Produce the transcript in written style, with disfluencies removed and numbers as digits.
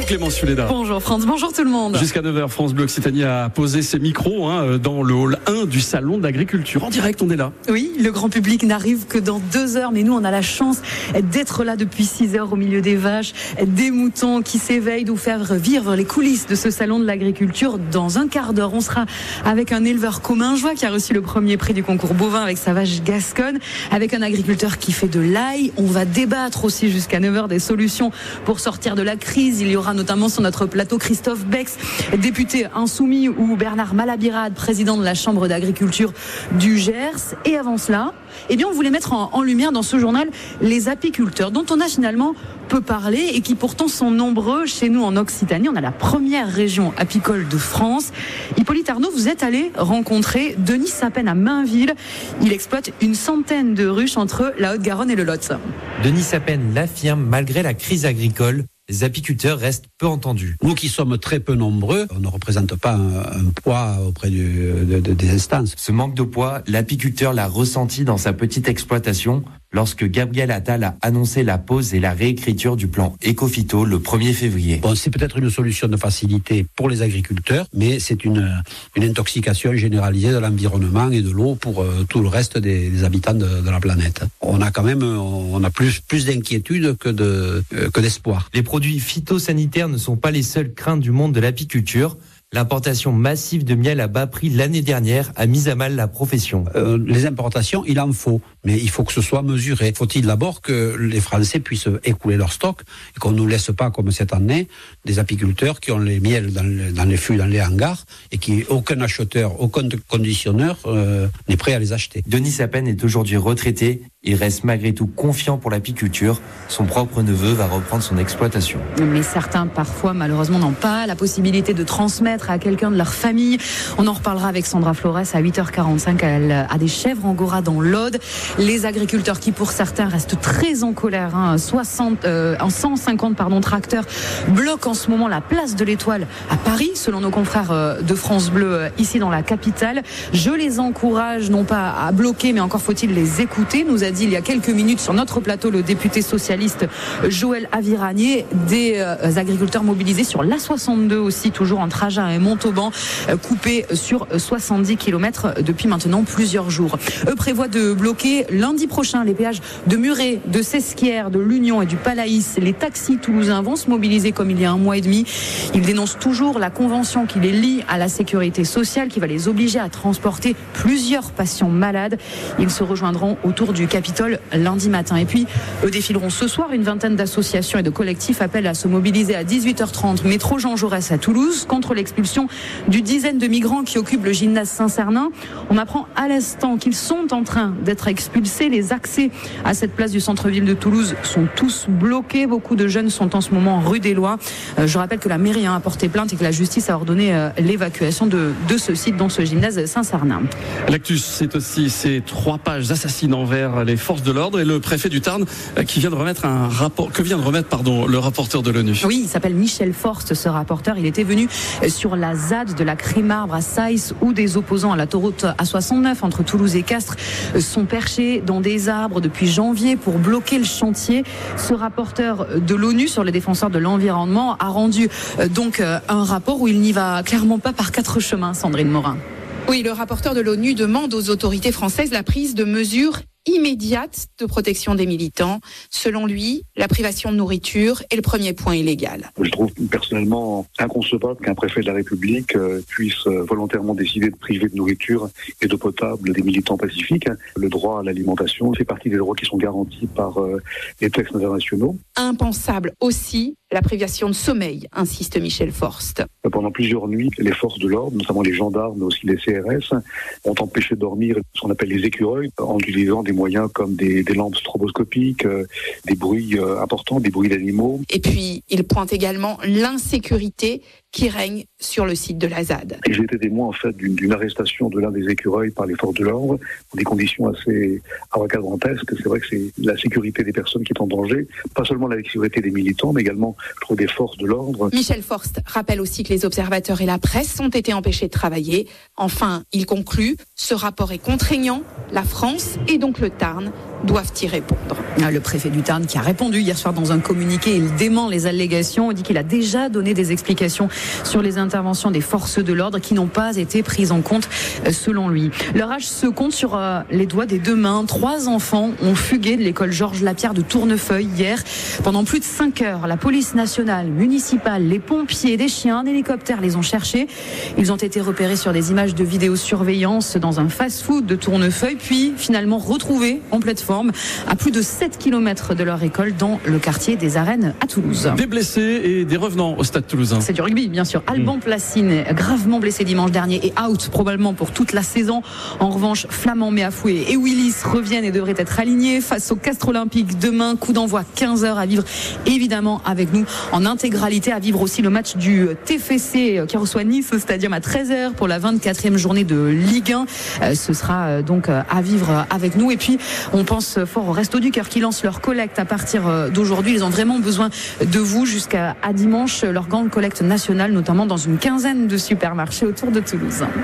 Clémence Fuleda. Bonjour France, bonjour tout le monde. Jusqu'à 9h, France Bleu Occitanie a posé ses micros dans le hall 1 du salon de l'agriculture. En direct, on est là. Oui, le grand public n'arrive que dans 2 heures, mais nous on a la chance d'être là depuis 6 heures au milieu des vaches, des moutons qui s'éveillent, de vous faire vivre les coulisses de ce salon de l'agriculture. Dans un quart d'heure, on sera avec un éleveur Commingeois qui a reçu le premier prix du concours bovin avec sa vache Gasconne, avec un agriculteur qui fait de l'ail. On va débattre aussi jusqu'à 9h des solutions pour sortir de la crise. Il y aura notamment sur notre plateau Christophe Bex, député insoumis, ou Bernard Malabirade, président de la Chambre d'agriculture du Gers. Et avant cela, on voulait mettre en lumière dans ce journal les apiculteurs dont on a finalement peu parlé et qui pourtant sont nombreux chez nous en Occitanie. On a la première région apicole de France. Hippolyte Arnaud, vous êtes allé rencontrer Denis Sapène à Mainville. Il exploite une centaine de ruches entre la Haute-Garonne et le Lot. Denis Sapène l'affirme, malgré la crise agricole, les apiculteurs restent peu entendus. Nous qui sommes très peu nombreux, on ne représente pas un poids auprès des instances. Ce manque de poids, l'apiculteur l'a ressenti dans sa petite exploitation lorsque Gabriel Attal a annoncé la pause et la réécriture du plan Ecophyto le 1er février. Bon, c'est peut-être une solution de facilité pour les agriculteurs, mais c'est une intoxication généralisée de l'environnement et de l'eau pour tout le reste des habitants de la planète. On a plus d'inquiétude que d'espoir. Les produits phytosanitaires ne sont pas les seules craintes du monde de l'apiculture. L'importation massive de miel à bas prix l'année dernière a mis à mal la profession. Les importations, il en faut, mais il faut que ce soit mesuré. Faut-il d'abord que les Français puissent écouler leur stock et qu'on ne nous laisse pas, comme cette année, des apiculteurs qui ont les miels dans les fûts, dans les hangars, et aucun acheteur, aucun conditionneur n'est prêt à les acheter. Denis Sapène est aujourd'hui retraité. Il reste malgré tout confiant pour l'apiculture. Son propre neveu va reprendre son exploitation. Mais certains, parfois, malheureusement, n'ont pas la possibilité de transmettre à quelqu'un de leur famille. On en reparlera avec Sandra Flores à 8h45. Elle a des chèvres angora dans l'Aude. Les agriculteurs qui, pour certains, restent très en colère. 150 tracteurs bloquent en ce moment la place de l'Étoile à Paris, selon nos confrères de France Bleu, ici dans la capitale. Je les encourage, non pas à bloquer, mais encore faut-il les écouter, nous a dit il y a quelques minutes sur notre plateau le député socialiste Joël Aviragné. Des agriculteurs mobilisés sur l'A62 aussi, toujours en Trajan et Montauban, coupés sur 70 km depuis maintenant plusieurs jours. Eux prévoient de bloquer lundi prochain les péages de Muret, de Sesquières, de l'Union et du Palaïs. Les taxis toulousains vont se mobiliser comme il y a 1 mois et demi. Ils dénoncent toujours la convention qui les lie à la sécurité sociale, qui va les obliger à transporter plusieurs patients malades. Ils se rejoindront autour du Capitole lundi matin. Et puis, eux défileront ce soir. Une vingtaine d'associations et de collectifs appellent à se mobiliser à 18h30 métro Jean Jaurès à Toulouse contre l'expulsion d'une dizaine de migrants qui occupent le gymnase Saint-Cernin. On apprend à l'instant qu'ils sont en train d'être expulsés. Les accès à cette place du centre-ville de Toulouse sont tous bloqués. Beaucoup de jeunes sont en ce moment rue des Lois. Je rappelle que la mairie a porté plainte et que la justice a ordonné l'évacuation de ce site, dont ce gymnase Saint-Cernin. L'actus, c'est aussi ces 3 pages assassines envers les forces de l'ordre et le préfet du Tarn qui vient de remettre le rapporteur de l'ONU. Oui, il s'appelle Michel Forst, ce rapporteur. Il était venu sur la ZAD de la Crémarbre à Saïs, où des opposants à l'autoroute A69 entre Toulouse et Castres sont perchés dans des arbres depuis janvier pour bloquer le chantier. Ce rapporteur de l'ONU sur les défenseurs de l'environnement a rendu donc un rapport où il n'y va clairement pas par 4 chemins, Sandrine Morin. Oui, le rapporteur de l'ONU demande aux autorités françaises la prise de mesures immédiate de protection des militants. Selon lui, la privation de nourriture est le premier point illégal. Je trouve personnellement inconcevable qu'un préfet de la République puisse volontairement décider de priver de nourriture et d'eau potable des militants pacifiques. Le droit à l'alimentation fait partie des droits qui sont garantis par les textes internationaux. Impensable aussi la privation de sommeil, insiste Michel Forst. Pendant plusieurs nuits, les forces de l'ordre, notamment les gendarmes, mais aussi les CRS, ont empêché de dormir ce qu'on appelle les écureuils, en utilisant des moyens comme des lampes stroboscopiques, des bruits importants, des bruits d'animaux. Et puis, il pointe également l'insécurité qui règne sur le site de la ZAD. Et j'ai été témoin en fait d'une arrestation de l'un des écureuils par les forces de l'ordre dans des conditions assez abracadabrantesques. C'est vrai que c'est la sécurité des personnes qui est en danger, pas seulement la sécurité des militants, mais également des forces de l'ordre. Michel Forst rappelle aussi que les observateurs et la presse ont été empêchés de travailler. Enfin, il conclut, Ce rapport est contraignant. La France et donc le Tarn doivent y répondre. Le préfet du Tarn qui a répondu hier soir dans un communiqué, il dément les allégations, il dit qu'il a déjà donné des explications sur les interventions des forces de l'ordre qui n'ont pas été prises en compte selon lui. Leur âge se compte sur les doigts des deux mains. 3 enfants ont fugué de l'école Georges Lapierre de Tournefeuille hier. Pendant plus de 5 heures, la police nationale, municipale, les pompiers, des chiens, un hélicoptère les ont cherchés. Ils ont été repérés sur des images de vidéosurveillance dans un fast-food de Tournefeuille, puis finalement retrouvés en pleine forme à plus de 7 km de leur école dans le quartier des Arènes à Toulouse. Des blessés et des revenants au Stade Toulousain. C'est du rugby, bien sûr. Alban Placine, gravement blessé dimanche dernier et out probablement pour toute la saison. En revanche, Flamand Méafoué et Willis reviennent et devraient être alignés face au Castres Olympique demain. Coup d'envoi 15h à vivre évidemment avec nous en intégralité. À vivre aussi le match du TFC qui reçoit Nice au Stadium à 13h pour la 24e journée de Ligue 1. Ce sera donc à vivre avec nous. Et puis, on pense fort au Resto du Cœur qui lance leur collecte à partir d'aujourd'hui. Ils ont vraiment besoin de vous jusqu'à dimanche. Leur grande collecte nationale, notamment dans une quinzaine de supermarchés autour de Toulouse.